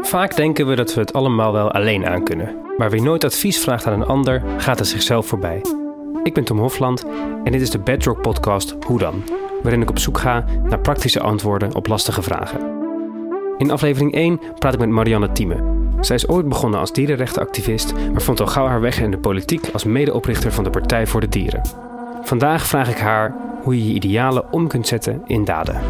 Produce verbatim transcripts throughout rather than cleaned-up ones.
Vaak denken we dat we het allemaal wel alleen aankunnen. Maar wie nooit advies vraagt aan een ander, gaat er zichzelf voorbij. Ik ben Tom Hofland en dit is de Bedrock podcast Hoe dan? Waarin ik op zoek ga naar praktische antwoorden op lastige vragen. In aflevering één praat ik met Marianne Thieme. Zij is ooit begonnen als dierenrechtenactivist, maar vond al gauw haar weg in de politiek als medeoprichter van de Partij voor de Dieren. Vandaag vraag ik haar hoe je je idealen om kunt zetten in daden.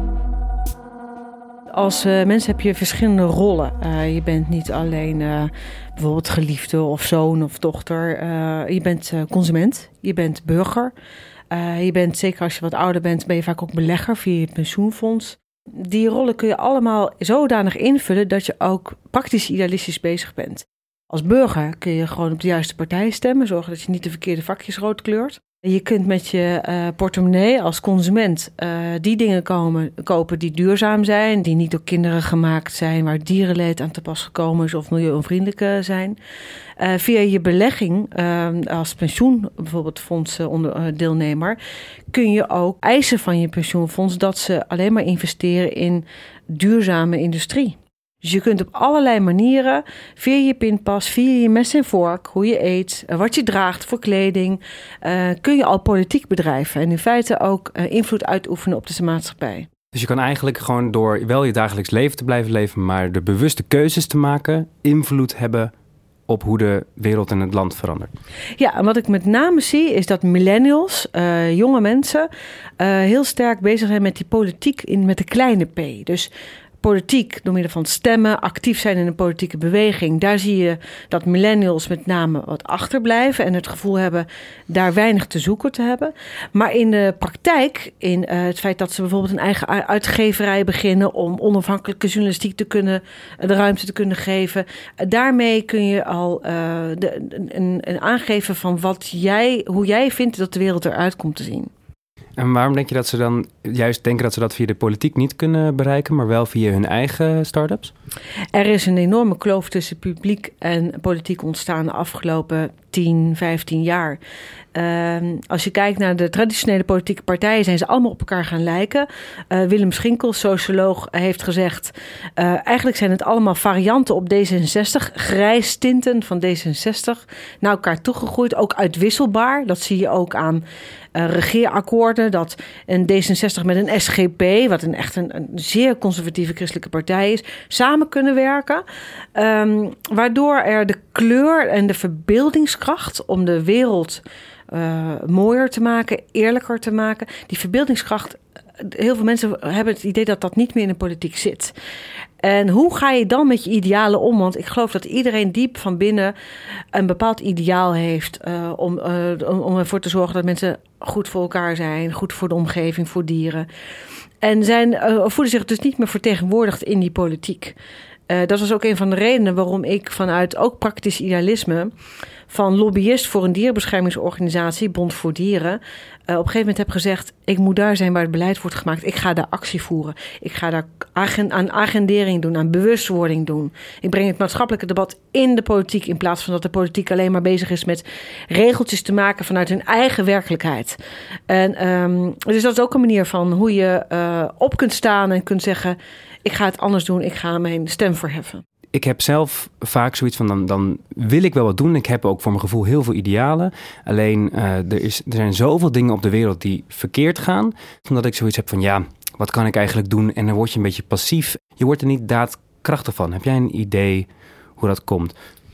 Als uh, mens heb je verschillende rollen. Uh, je bent niet alleen uh, bijvoorbeeld geliefde of zoon of dochter. Uh, je bent uh, consument, je bent burger. Uh, je bent, zeker als je wat ouder bent, ben je vaak ook belegger via je pensioenfonds. Die rollen kun je allemaal zodanig invullen dat je ook praktisch idealistisch bezig bent. Als burger kun je gewoon op de juiste partij stemmen, zorgen dat je niet de verkeerde vakjes rood kleurt. Je kunt met je uh, portemonnee als consument uh, die dingen komen, kopen die duurzaam zijn, die niet door kinderen gemaakt zijn, waar dierenleed aan te pas gekomen is of milieuonvriendelijk uh, zijn. Uh, via je belegging uh, als pensioen, bijvoorbeeld fondsdeelnemer, uh, kun je ook eisen van je pensioenfonds dat ze alleen maar investeren in duurzame industrie. Dus je kunt op allerlei manieren, via je pinpas, via je mes en vork, hoe je eet, wat je draagt voor kleding, uh, kun je al politiek bedrijven en in feite ook uh, invloed uitoefenen op de maatschappij. Dus je kan eigenlijk gewoon door wel je dagelijks leven te blijven leven, maar de bewuste keuzes te maken, invloed hebben op hoe de wereld en het land verandert. Ja, en wat ik met name zie is dat millennials, uh, jonge mensen, uh, heel sterk bezig zijn met die politiek in, met de kleine p. Dus politiek, door middel van stemmen, actief zijn in een politieke beweging. Daar zie je dat millennials met name wat achterblijven en het gevoel hebben daar weinig te zoeken te hebben. Maar in de praktijk, in uh, het feit dat ze bijvoorbeeld een eigen uitgeverij beginnen om onafhankelijke journalistiek te kunnen, de ruimte te kunnen geven. Daarmee kun je al uh, de, een, een aangeven van wat jij, hoe jij vindt dat de wereld eruit komt te zien. En waarom denk je dat ze dan juist denken dat ze dat via de politiek niet kunnen bereiken, maar wel via hun eigen start-ups? Er is een enorme kloof tussen publiek en politiek ontstaan de afgelopen tien, vijftien jaar. Uh, als je kijkt naar de traditionele politieke partijen, zijn ze allemaal op elkaar gaan lijken. Uh, Willem Schinkel, socioloog, heeft gezegd, Uh, eigenlijk zijn het allemaal varianten op D zesenzestig, grijstinten van D zesenzestig, naar elkaar toegegroeid, ook uitwisselbaar. Dat zie je ook aan Uh, regeerakkoorden, dat een D zesenzestig met een S G P, wat een echt een, een zeer conservatieve christelijke partij is, samen kunnen werken. Um, waardoor er de kleur en de verbeeldingskracht om de wereld uh, mooier te maken, eerlijker te maken, die verbeeldingskracht, heel veel mensen hebben het idee dat dat niet meer in de politiek zit. En hoe ga je dan met je idealen om? Want ik geloof dat iedereen diep van binnen een bepaald ideaal heeft Uh, om, uh, om, om ervoor te zorgen dat mensen goed voor elkaar zijn, goed voor de omgeving, voor dieren. En zijn, uh, voelen zich dus niet meer vertegenwoordigd in die politiek. Uh, dat was ook een van de redenen waarom ik vanuit ook praktisch idealisme van lobbyist voor een dierenbeschermingsorganisatie, Bond voor Dieren, Uh, op een gegeven moment heb gezegd, ik moet daar zijn waar het beleid wordt gemaakt. Ik ga daar actie voeren. Ik ga daar agen, aan agendering doen, aan bewustwording doen. Ik breng het maatschappelijke debat in de politiek in plaats van dat de politiek alleen maar bezig is met regeltjes te maken vanuit hun eigen werkelijkheid. En um, dus dat is ook een manier van hoe je uh, op kunt staan en kunt zeggen, ik ga het anders doen, ik ga mijn stem verheffen. Ik heb zelf vaak zoiets van, dan, dan wil ik wel wat doen. Ik heb ook voor mijn gevoel heel veel idealen. Alleen, uh, er, is, er zijn zoveel dingen op de wereld die verkeerd gaan. Omdat ik zoiets heb van, ja, wat kan ik eigenlijk doen? En dan word je een beetje passief. Je wordt er niet daadkrachtig van. Heb jij een idee hoe dat komt?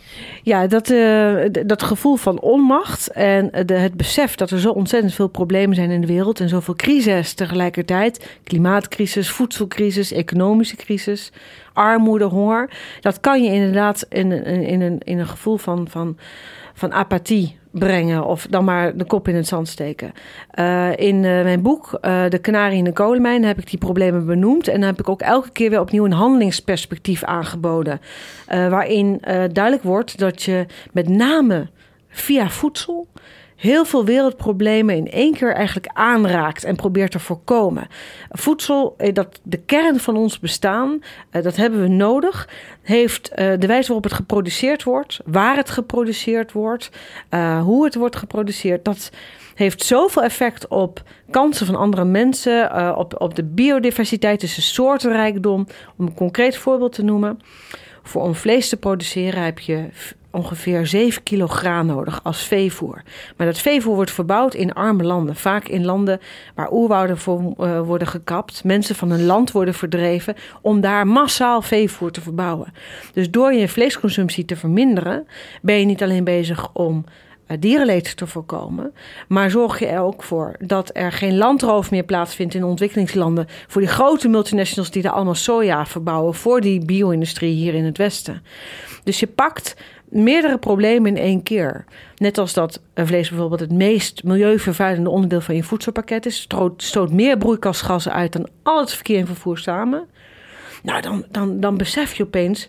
Ja, dat, uh, dat gevoel van onmacht en de, het besef dat er zo ontzettend veel problemen zijn in de wereld en zoveel crises tegelijkertijd, klimaatcrisis, voedselcrisis, economische crisis, armoede, honger, dat kan je inderdaad in, in, in, een, in een gevoel van, van, van apathie brengen of dan maar de kop in het zand steken. Uh, in uh, mijn boek uh, De Kanarie in de Kolenmijn heb ik die problemen benoemd en dan heb ik ook elke keer weer opnieuw een handelingsperspectief aangeboden, Uh, waarin uh, duidelijk wordt dat je met name via voedsel heel veel wereldproblemen in één keer eigenlijk aanraakt en probeert te voorkomen. Voedsel, dat de kern van ons bestaan, dat hebben we nodig, heeft de wijze waarop het geproduceerd wordt, waar het geproduceerd wordt, hoe het wordt geproduceerd, dat heeft zoveel effect op kansen van andere mensen, op, op de biodiversiteit, dus de soortenrijkdom, om een concreet voorbeeld te noemen. Voor om vlees te produceren heb je ongeveer zeven kilo graan nodig als veevoer. Maar dat veevoer wordt verbouwd in arme landen. Vaak in landen waar oerwouden voor, uh, worden gekapt. Mensen van een land worden verdreven om daar massaal veevoer te verbouwen. Dus door je vleesconsumptie te verminderen ben je niet alleen bezig om uh, dierenleed te voorkomen, maar zorg je er ook voor dat er geen landroof meer plaatsvindt in ontwikkelingslanden voor die grote multinationals die daar allemaal soja verbouwen voor die bio-industrie hier in het Westen. Dus je pakt meerdere problemen in één keer. Net als dat vlees bijvoorbeeld het meest milieuvervuilende onderdeel van je voedselpakket is. Stoot, stoot meer broeikasgassen uit dan al het verkeer en vervoer samen. Nou, dan, dan, dan besef je opeens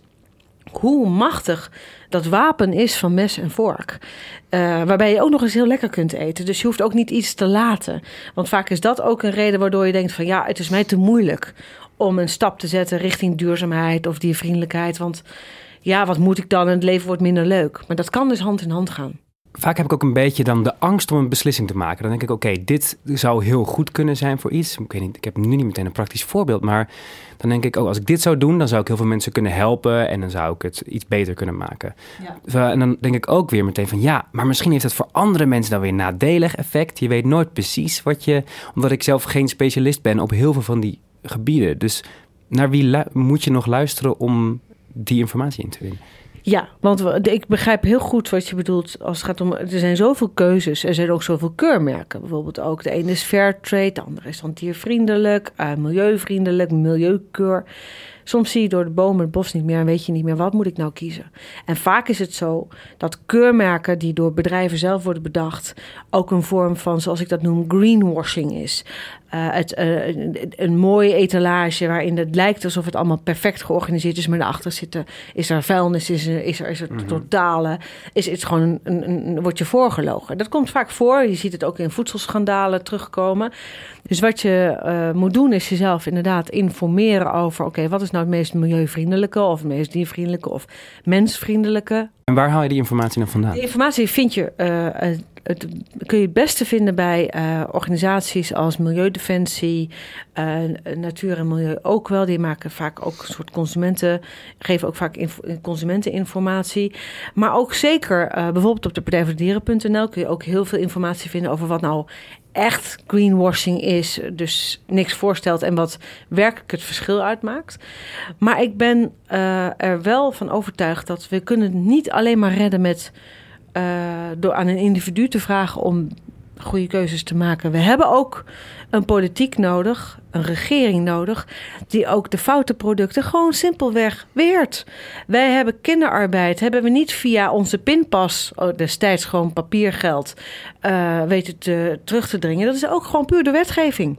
hoe machtig dat wapen is van mes en vork. Uh, waarbij je ook nog eens heel lekker kunt eten. Dus je hoeft ook niet iets te laten. Want vaak is dat ook een reden waardoor je denkt van ja, het is mij te moeilijk om een stap te zetten richting duurzaamheid of diervriendelijkheid. Want ja, wat moet ik dan? En het leven wordt minder leuk. Maar dat kan dus hand in hand gaan. Vaak heb ik ook een beetje dan de angst om een beslissing te maken. Dan denk ik, oké, okay, dit zou heel goed kunnen zijn voor iets. Ik weet niet, ik heb nu niet meteen een praktisch voorbeeld, maar dan denk ik, oh, als ik dit zou doen, dan zou ik heel veel mensen kunnen helpen en dan zou ik het iets beter kunnen maken. Ja. En dan denk ik ook weer meteen van, ja, maar misschien heeft het voor andere mensen dan weer een nadelig effect. Je weet nooit precies wat je, omdat ik zelf geen specialist ben op heel veel van die gebieden. Dus naar wie lu- moet je nog luisteren om die informatie in te winnen? Ja, want ik begrijp heel goed wat je bedoelt als het gaat om. Er zijn zoveel keuzes. Er zijn ook zoveel keurmerken. Bijvoorbeeld ook. De ene is Fairtrade, de andere is dan diervriendelijk, uh, milieuvriendelijk, milieukeur. Soms zie je door de bomen het bos niet meer en weet je niet meer wat moet ik nou kiezen. En vaak is het zo dat keurmerken die door bedrijven zelf worden bedacht ook een vorm van, zoals ik dat noem, greenwashing is. Uh, het, uh, een, een mooie etalage waarin het lijkt alsof het allemaal perfect georganiseerd is, maar daarachter zitten is er vuilnis, is er, is er, is er mm-hmm. totale, is het gewoon een, een, een, wordt je voorgelogen. Dat komt vaak voor. Je ziet het ook in voedselschandalen terugkomen. Dus wat je uh, moet doen is jezelf inderdaad informeren over, oké, okay, wat is nou het meest milieuvriendelijke of het meest diervriendelijke of mensvriendelijke. En waar haal je die informatie dan vandaan? Die informatie vind je, uh, uh, het kun je het beste vinden bij uh, organisaties als Milieudefensie, uh, Natuur en Milieu ook wel. Die maken vaak ook een soort consumenten, geven ook vaak inf- consumenteninformatie. Maar ook zeker, uh, bijvoorbeeld op de partij voor dieren punt n l kun je ook heel veel informatie vinden over wat nou echt greenwashing is, dus niks voorstelt en wat werkelijk het verschil uitmaakt. Maar ik ben uh, er wel van overtuigd dat we kunnen het niet alleen maar redden met uh, door aan een individu te vragen om goede keuzes te maken. We hebben ook een politiek nodig, een regering nodig, die ook de foute producten gewoon simpelweg weert. Wij hebben kinderarbeid, hebben we niet via onze pinpas, oh, destijds gewoon papiergeld, uh, weten te, terug te dringen. Dat is ook gewoon puur de wetgeving.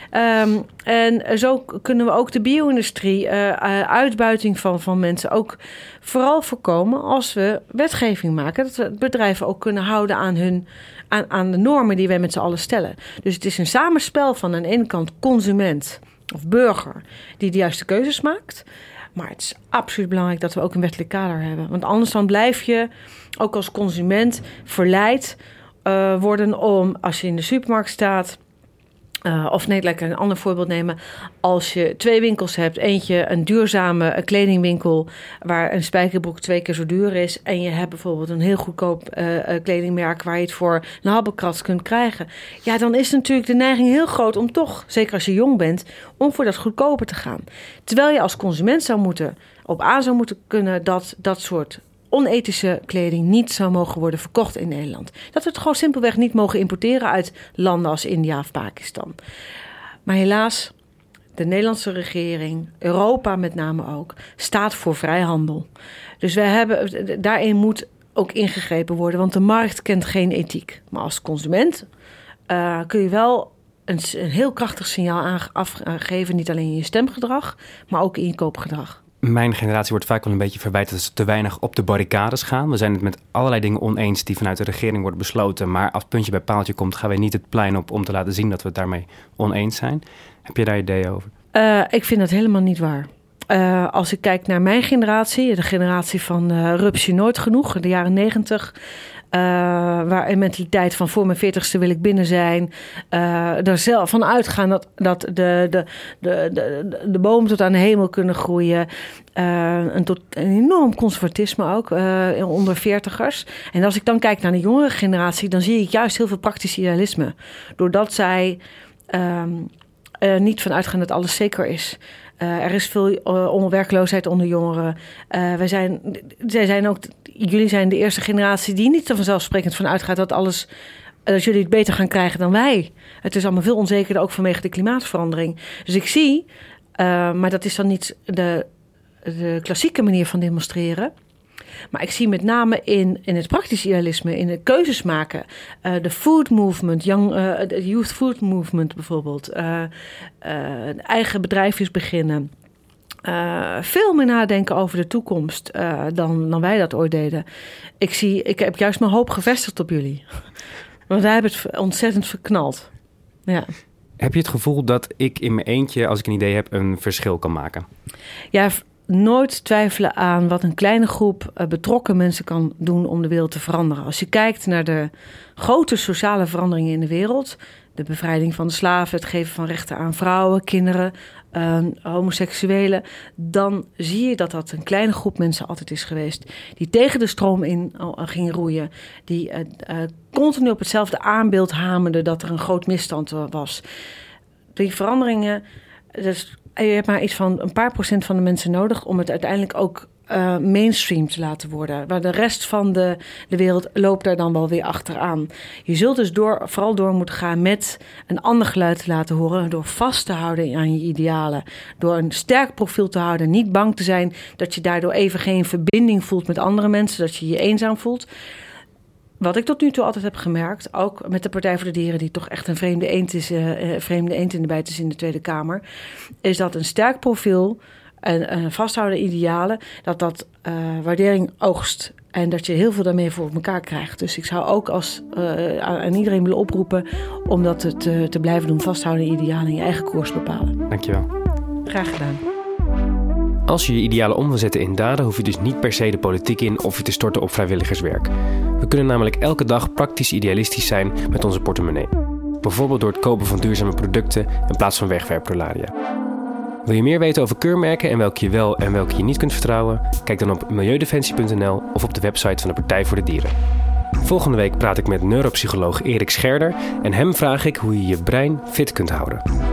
Um, en zo kunnen we ook de bio-industrie, uh, uitbuiting van, van mensen ook vooral voorkomen als we wetgeving maken. Dat we bedrijven ook kunnen houden aan, hun, aan, aan de normen die wij met z'n allen stellen. Dus het is een samenspel van aan de ene kant consument of burger die de juiste keuzes maakt. Maar het is absoluut belangrijk dat we ook een wettelijk kader hebben. Want anders dan blijf je ook als consument verleid uh, worden om, als je in de supermarkt staat, Uh, of nee, laat ik een ander voorbeeld nemen. Als je twee winkels hebt, eentje een duurzame kledingwinkel waar een spijkerbroek twee keer zo duur is, en je hebt bijvoorbeeld een heel goedkoop uh, kledingmerk waar je het voor een habbekrat kunt krijgen. Ja, dan is natuurlijk de neiging heel groot om toch, zeker als je jong bent, om voor dat goedkoper te gaan. Terwijl je als consument zou moeten, op aan zou moeten kunnen dat dat soort onethische kleding niet zou mogen worden verkocht in Nederland. Dat we het gewoon simpelweg niet mogen importeren uit landen als India of Pakistan. Maar helaas, de Nederlandse regering, Europa met name ook, staat voor vrijhandel. Dus wij hebben, daarin moet ook ingegrepen worden, want de markt kent geen ethiek. Maar als consument uh, kun je wel een, een heel krachtig signaal afgeven, niet alleen in je stemgedrag, maar ook in je koopgedrag. Mijn generatie wordt vaak wel een beetje verwijt dat ze te weinig op de barricades gaan. We zijn het met allerlei dingen oneens die vanuit de regering worden besloten. Maar als puntje bij paaltje komt, gaan wij niet het plein op om te laten zien dat we het daarmee oneens zijn. Heb je daar ideeën over? Uh, ik vind dat helemaal niet waar. Uh, als ik kijk naar mijn generatie, de generatie van uh, Rupsje Nooit Genoeg, de jaren negentig. waar een mentaliteit van voor mijn veertigste wil ik binnen zijn. Uh, er zelf van uitgaan dat, dat de, de, de, de, de bomen tot aan de hemel kunnen groeien. Uh, een, tot, een enorm conservatisme ook uh, onder veertigers. En als ik dan kijk naar de jongere generatie, dan zie ik juist heel veel praktisch idealisme. Doordat zij um, er niet van uitgaan dat alles zeker is. Uh, er is veel uh, onwerkloosheid onder jongeren. Uh, wij zijn, zij zijn ook, jullie zijn de eerste generatie die niet er vanzelfsprekend van uitgaat dat alles, dat jullie het beter gaan krijgen dan wij. Het is allemaal veel onzekerder, ook vanwege de klimaatverandering. Dus ik zie, uh, maar dat is dan niet de, de klassieke manier van demonstreren. Maar ik zie met name in, in het praktisch idealisme, in het keuzes maken. Uh, de food movement, young, uh, de youth food movement bijvoorbeeld. Uh, uh, eigen bedrijfjes beginnen. Uh, veel meer nadenken over de toekomst uh, dan, dan wij dat ooit deden. Ik, zie, ik heb juist mijn hoop gevestigd op jullie. Want wij hebben het ontzettend verknald. Ja. Heb je het gevoel dat ik in mijn eentje, als ik een idee heb, een verschil kan maken? Ja, nooit twijfelen aan wat een kleine groep uh, betrokken mensen kan doen om de wereld te veranderen. Als je kijkt naar de grote sociale veranderingen in de wereld, de bevrijding van de slaven, het geven van rechten aan vrouwen, kinderen, uh, homoseksuelen, dan zie je dat dat een kleine groep mensen altijd is geweest die tegen de stroom in uh, ging roeien, die uh, uh, continu op hetzelfde aanbeeld hamerde dat er een groot misstand uh, was. Die veranderingen, dus je hebt maar iets van een paar procent van de mensen nodig om het uiteindelijk ook uh, mainstream te laten worden. Waar de rest van de, de wereld loopt daar dan wel weer achteraan. Je zult dus door, vooral door moeten gaan met een ander geluid te laten horen. Door vast te houden aan je idealen. Door een sterk profiel te houden. Niet bang te zijn dat je daardoor even geen verbinding voelt met andere mensen. Dat je je eenzaam voelt. Wat ik tot nu toe altijd heb gemerkt, ook met de Partij voor de Dieren, die toch echt een vreemde eend is, uh, vreemde eend in de bijt is in de Tweede Kamer, is dat een sterk profiel en uh, vasthouden idealen, dat dat uh, waardering oogst. En dat je heel veel daarmee voor elkaar krijgt. Dus ik zou ook als, uh, aan iedereen willen oproepen om dat te, te blijven doen, vasthouden idealen en je eigen koers bepalen. Dankjewel. Graag gedaan. Als je je idealen om wil zetten in daden, hoef je dus niet per se de politiek in of je te storten op vrijwilligerswerk. We kunnen namelijk elke dag praktisch idealistisch zijn met onze portemonnee. Bijvoorbeeld door het kopen van duurzame producten in plaats van wegwerprolaria. Wil je meer weten over keurmerken en welke je wel en welke je niet kunt vertrouwen? Kijk dan op milieudefensie punt n l of op de website van de Partij voor de Dieren. Volgende week praat ik met neuropsycholoog Erik Scherder en hem vraag ik hoe je je brein fit kunt houden.